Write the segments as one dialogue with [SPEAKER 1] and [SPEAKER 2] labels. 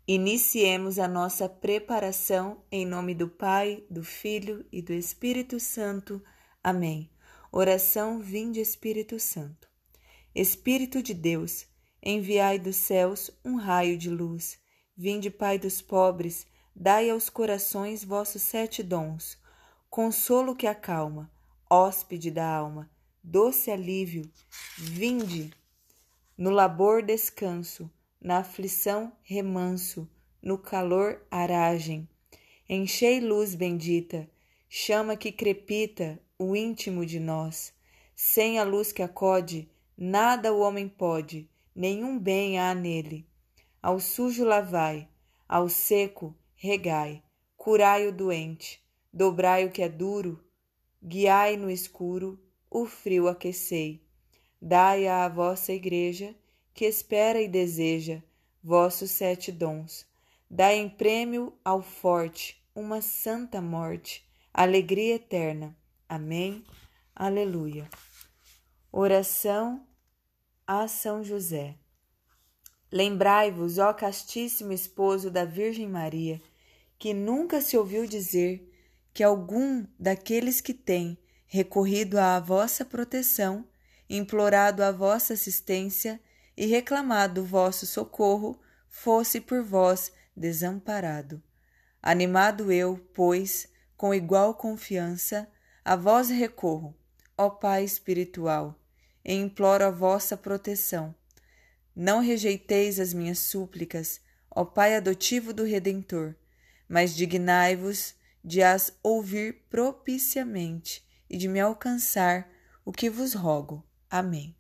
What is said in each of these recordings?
[SPEAKER 1] Iniciemos a nossa preparação em nome do Pai, do Filho e do Espírito Santo. Amém. Oração Vinde Espírito Santo. Espírito de Deus, enviai dos céus um raio de luz. Vinde, Pai dos pobres, dai aos corações vossos 7 dons. Consolo que acalma, hóspede da alma, doce alívio. Vinde, no labor descanso, na aflição remanso, no calor aragem. Enchei luz bendita, chama que crepita o íntimo de nós. Sem a luz que acode, nada o homem pode, nenhum bem há nele. Ao sujo lavai, ao seco regai, curai o doente, dobrai o que é duro, guiai no escuro, o frio aquecei. Dai à vossa igreja, que espera e deseja vossos 7 dons. Dai em prêmio ao forte uma santa morte, alegria eterna. Amém. Aleluia. Oração a São José. Lembrai-vos, ó castíssimo esposo da Virgem Maria, que nunca se ouviu dizer que algum daqueles que têm recorrido à vossa proteção, implorado a vossa assistência e reclamado o vosso socorro, fosse por vós desamparado. Animado eu, pois, com igual confiança, a vós recorro, ó Pai espiritual, e imploro a vossa proteção. Não rejeiteis as minhas súplicas, ó Pai adotivo do Redentor, mas dignai-vos de as ouvir propiciamente e de me alcançar o que vos rogo. Amém.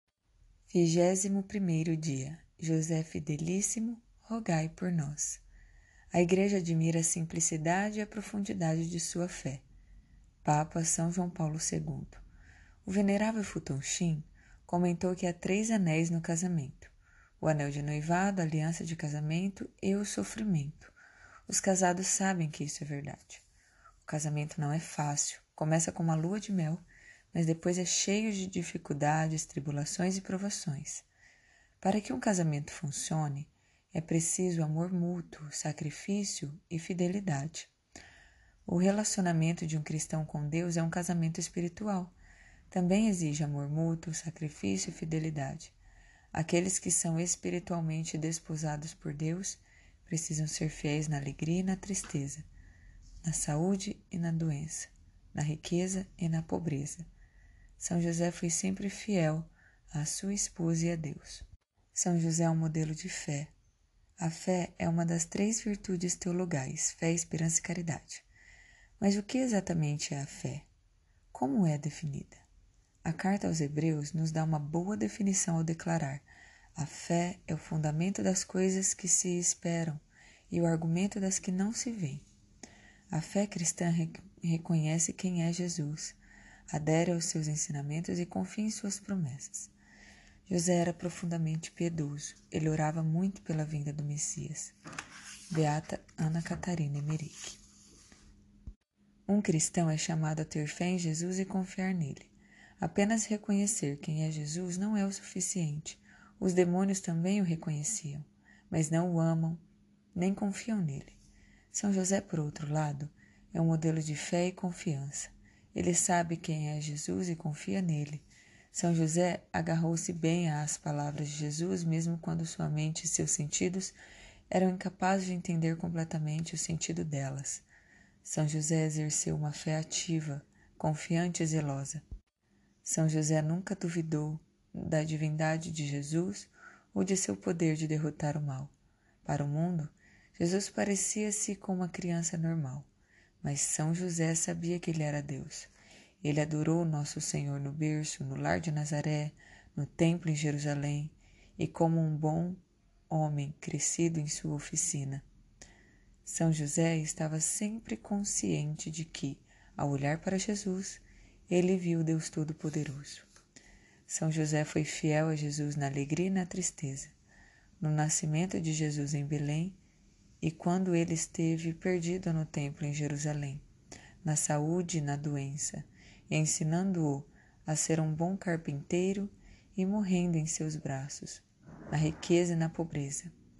[SPEAKER 1] 21º dia. José Fidelíssimo, rogai por nós. A Igreja admira a simplicidade e a profundidade de sua fé. Papa São João Paulo II. O venerável Futon Shin comentou que há 3 anéis no casamento: o anel de noivado, a aliança de casamento e o sofrimento. Os casados sabem que isso é verdade. O casamento não é fácil, começa com uma lua de mel, mas depois é cheio de dificuldades, tribulações e provações. Para que um casamento funcione, é preciso amor mútuo, sacrifício e fidelidade. O relacionamento de um cristão com Deus é um casamento espiritual. Também exige amor mútuo, sacrifício e fidelidade. Aqueles que são espiritualmente desposados por Deus precisam ser fiéis na alegria e na tristeza, na saúde e na doença, na riqueza e na pobreza. São José foi sempre fiel à sua esposa e a Deus. São José é um modelo de fé. A fé é uma das 3 virtudes teologais: fé, esperança e caridade. Mas o que exatamente é a fé? Como é definida? A carta aos Hebreus nos dá uma boa definição ao declarar: a fé é o fundamento das coisas que se esperam e o argumento das que não se veem. A fé cristã reconhece quem é Jesus, adere aos seus ensinamentos e confia em suas promessas. José era profundamente piedoso. Ele orava muito pela vinda do Messias. Beata Ana Catarina Emerick. Um cristão é chamado a ter fé em Jesus e confiar nele. Apenas reconhecer quem é Jesus não é o suficiente. Os demônios também o reconheciam, mas não o amam, nem confiam nele. São José, por outro lado, é um modelo de fé e confiança. Ele sabe quem é Jesus e confia nele. São José agarrou-se bem às palavras de Jesus, mesmo quando sua mente e seus sentidos eram incapazes de entender completamente o sentido delas. São José exerceu uma fé ativa, confiante e zelosa. São José nunca duvidou da divindade de Jesus ou de seu poder de derrotar o mal. Para o mundo, Jesus parecia-se com uma criança normal, mas São José sabia que ele era Deus. Ele adorou nosso Senhor no berço, no lar de Nazaré, no templo em Jerusalém e como um bom homem crescido em sua oficina. São José estava sempre consciente de que, ao olhar para Jesus, ele viu Deus Todo-Poderoso. São José foi fiel a Jesus na alegria e na tristeza, no nascimento de Jesus em Belém e quando ele esteve perdido no templo em Jerusalém, na saúde e na doença, ensinando-o a ser um bom carpinteiro e morrendo em seus braços, na riqueza e na pobreza.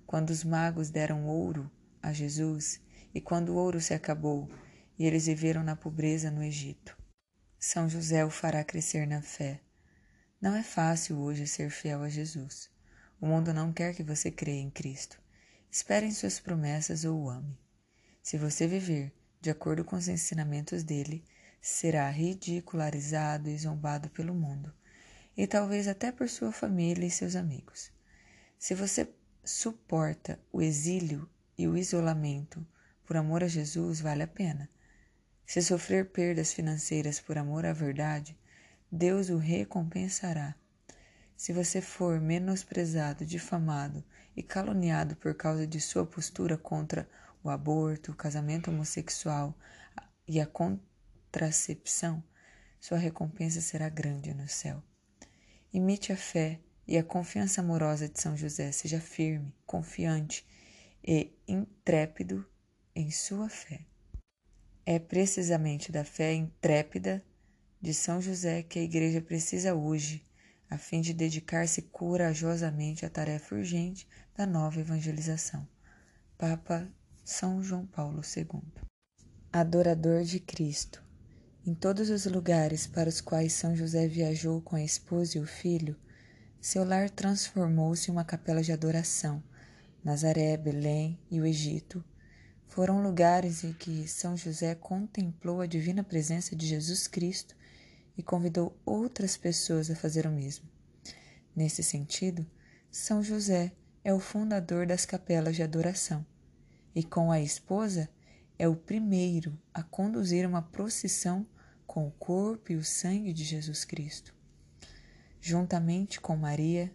[SPEAKER 1] quando os magos deram ouro a Jesus e quando o ouro se acabou e eles viveram na pobreza no Egito. São José o fará crescer na fé. Não é fácil hoje ser fiel a Jesus. O mundo não quer que você creia em Cristo. Espere em suas promessas ou o ame. Se você viver de acordo com os ensinamentos dele, será ridicularizado e zombado pelo mundo, e talvez até por sua família e seus amigos. Se você suporta o exílio e o isolamento por amor a Jesus, vale a pena. Se sofrer perdas financeiras por amor à verdade, Deus o recompensará. Se você for menosprezado, difamado e caluniado por causa de sua postura contra o aborto, o casamento homossexual e a contracepção, sua recompensa será grande no céu. Imite a fé e a confiança amorosa de São José. Seja firme, confiante e intrépido em sua fé. É precisamente da fé intrépida de São José que a Igreja precisa hoje, a fim de dedicar-se corajosamente à tarefa urgente da nova evangelização. Papa São João Paulo II. Adorador de Cristo. Em todos os lugares para os quais São José viajou com a esposa e o filho, seu lar transformou-se em uma capela de adoração. Nazaré, Belém e o Egito foram lugares em que São José contemplou a divina presença de Jesus Cristo e convidou outras pessoas a fazer o mesmo. Nesse sentido, São José é o fundador das capelas de adoração e, com a esposa, é o primeiro a conduzir uma procissão com o corpo e o sangue de Jesus Cristo. Juntamente com Maria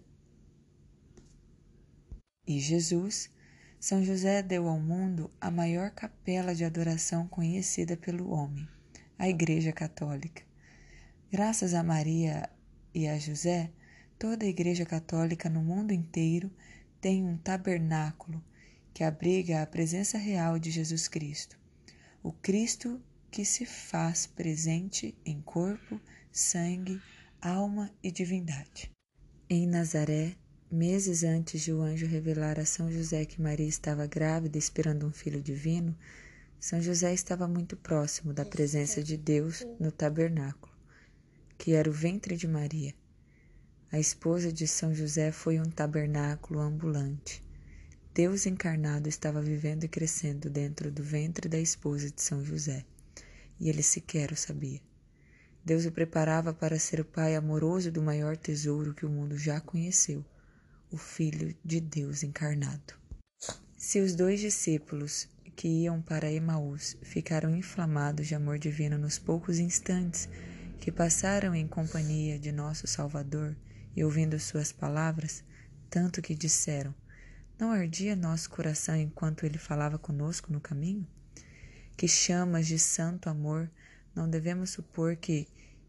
[SPEAKER 1] e Jesus, São José deu ao mundo a maior capela de adoração conhecida pelo homem, a Igreja Católica. Graças a Maria e a José, toda a Igreja Católica no mundo inteiro tem um tabernáculo que abriga a presença real de Jesus Cristo, o Cristo que se faz presente em corpo, sangue, alma e divindade. Em Nazaré, meses antes de o anjo revelar a São José que Maria estava grávida esperando um filho divino, São José estava muito próximo da presença de Deus no tabernáculo, que era o ventre de Maria. A esposa de São José foi um tabernáculo ambulante. Deus encarnado estava vivendo e crescendo dentro do ventre da esposa de São José, e ele sequer o sabia. Deus o preparava para ser o pai amoroso do maior tesouro que o mundo já conheceu, o Filho de Deus encarnado. Se os 2 discípulos que iam para Emaús ficaram inflamados de amor divino nos poucos instantes que passaram em companhia de nosso Salvador e ouvindo suas palavras, tanto que disseram: não ardia nosso coração enquanto ele falava conosco no caminho? Que chamas de santo amor não devemos supor que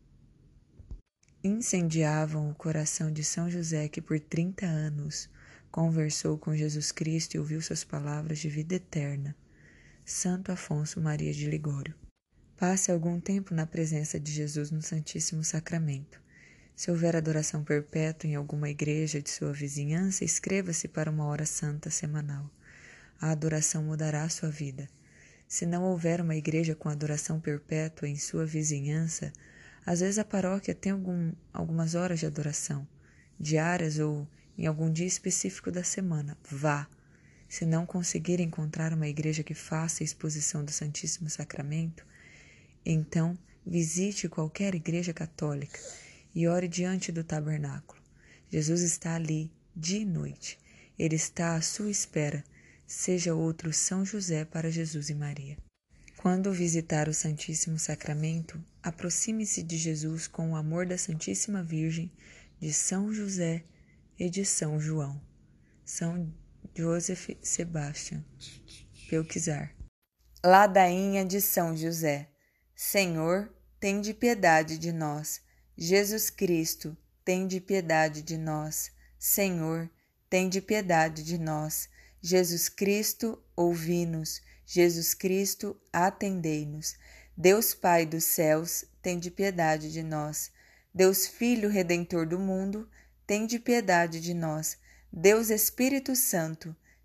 [SPEAKER 1] incendiavam o coração de São José, que por 30 anos conversou com Jesus Cristo e ouviu suas palavras de vida eterna. Santo Afonso Maria de Ligório. Passe algum tempo na presença de Jesus no Santíssimo Sacramento. Se houver adoração perpétua em alguma igreja de sua vizinhança, inscreva-se para uma hora santa semanal. A adoração mudará a sua vida. Se não houver uma igreja com adoração perpétua em sua vizinhança, às vezes a paróquia tem algumas horas de adoração, diárias ou em algum dia específico da semana. Vá! Se não conseguir encontrar uma igreja que faça a exposição do Santíssimo Sacramento, então visite qualquer igreja católica e ore diante do tabernáculo. Jesus está ali, dia e noite. Ele está à sua espera. Seja outro São José para Jesus e Maria. Quando visitar o Santíssimo Sacramento, aproxime-se de Jesus com o amor da Santíssima Virgem, de São José e de São João. São Joseph Sebastian Pelquizar. Ladainha de São José. Senhor, tende piedade de nós. Jesus Cristo, tende piedade de nós. Senhor, tende piedade de nós. Jesus Cristo, ouvi-nos. Jesus Cristo, atendei-nos. Deus Pai dos céus, tende piedade de nós. Deus Filho Redentor do mundo, tende piedade de nós. Deus Espírito Santo,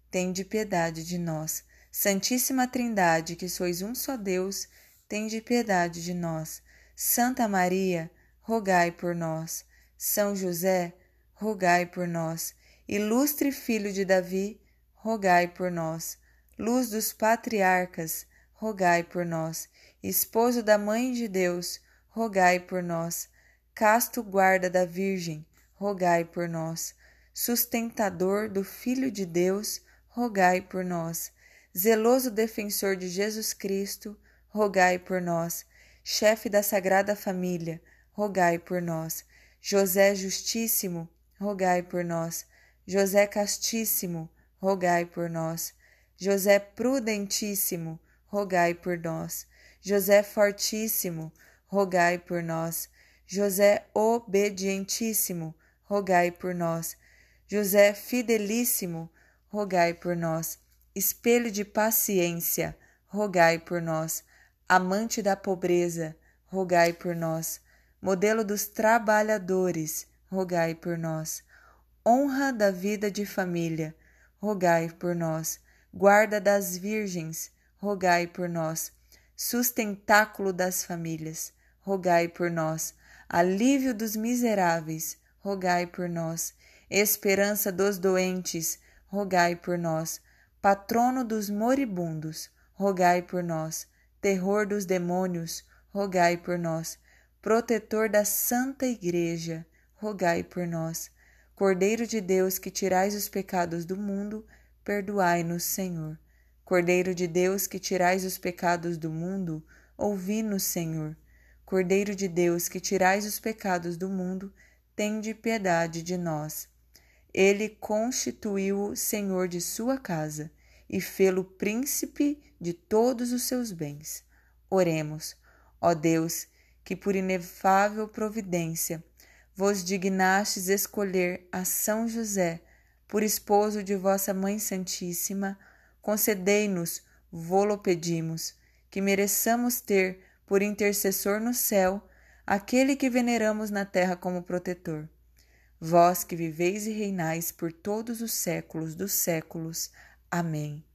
[SPEAKER 1] tende piedade de nós. Santíssima Trindade, que sois um só Deus, tende piedade de nós. Santa Maria, rogai por nós. São José, rogai por nós. Ilustre Filho de Davi, rogai por nós. Luz dos patriarcas, rogai por nós. Esposo da Mãe de Deus, rogai por nós. Casto guarda da Virgem, rogai por nós. Sustentador do Filho de Deus, rogai por nós. Zeloso defensor de Jesus Cristo, rogai por nós. Chefe da Sagrada Família, rogai por nós. José Justíssimo, rogai por nós. José Castíssimo, rogai por nós. José Prudentíssimo, rogai por nós. José Fortíssimo, rogai por nós. José Obedientíssimo, rogai por nós. José Fidelíssimo, rogai por nós. Espelho de paciência, rogai por nós. Amante da pobreza, rogai por nós. Modelo dos trabalhadores, rogai por nós. Honra da vida de família, rogai por nós. Guarda das virgens, rogai por nós. Sustentáculo das famílias, rogai por nós. Alívio dos miseráveis, rogai por nós. Esperança dos doentes, rogai por nós. Patrono dos moribundos, rogai por nós. Terror dos demônios, rogai por nós. Protetor da Santa Igreja, rogai por nós. Cordeiro de Deus, que tirais os pecados do mundo, perdoai-nos, Senhor. Cordeiro de Deus, que tirais os pecados do mundo, ouvi-nos, Senhor. Cordeiro de Deus, que tirais os pecados do mundo, tende piedade de nós. Ele constituiu-o Senhor de sua casa e fê-lo príncipe de todos os seus bens. Oremos, ó Deus, que por inefável providência vos dignastes escolher a São José por esposo de vossa Mãe Santíssima, concedei-nos, vô-lo pedimos, que mereçamos ter por intercessor no céu aquele que veneramos na terra como protetor. Vós que viveis e reinais por todos os séculos dos séculos. Amém.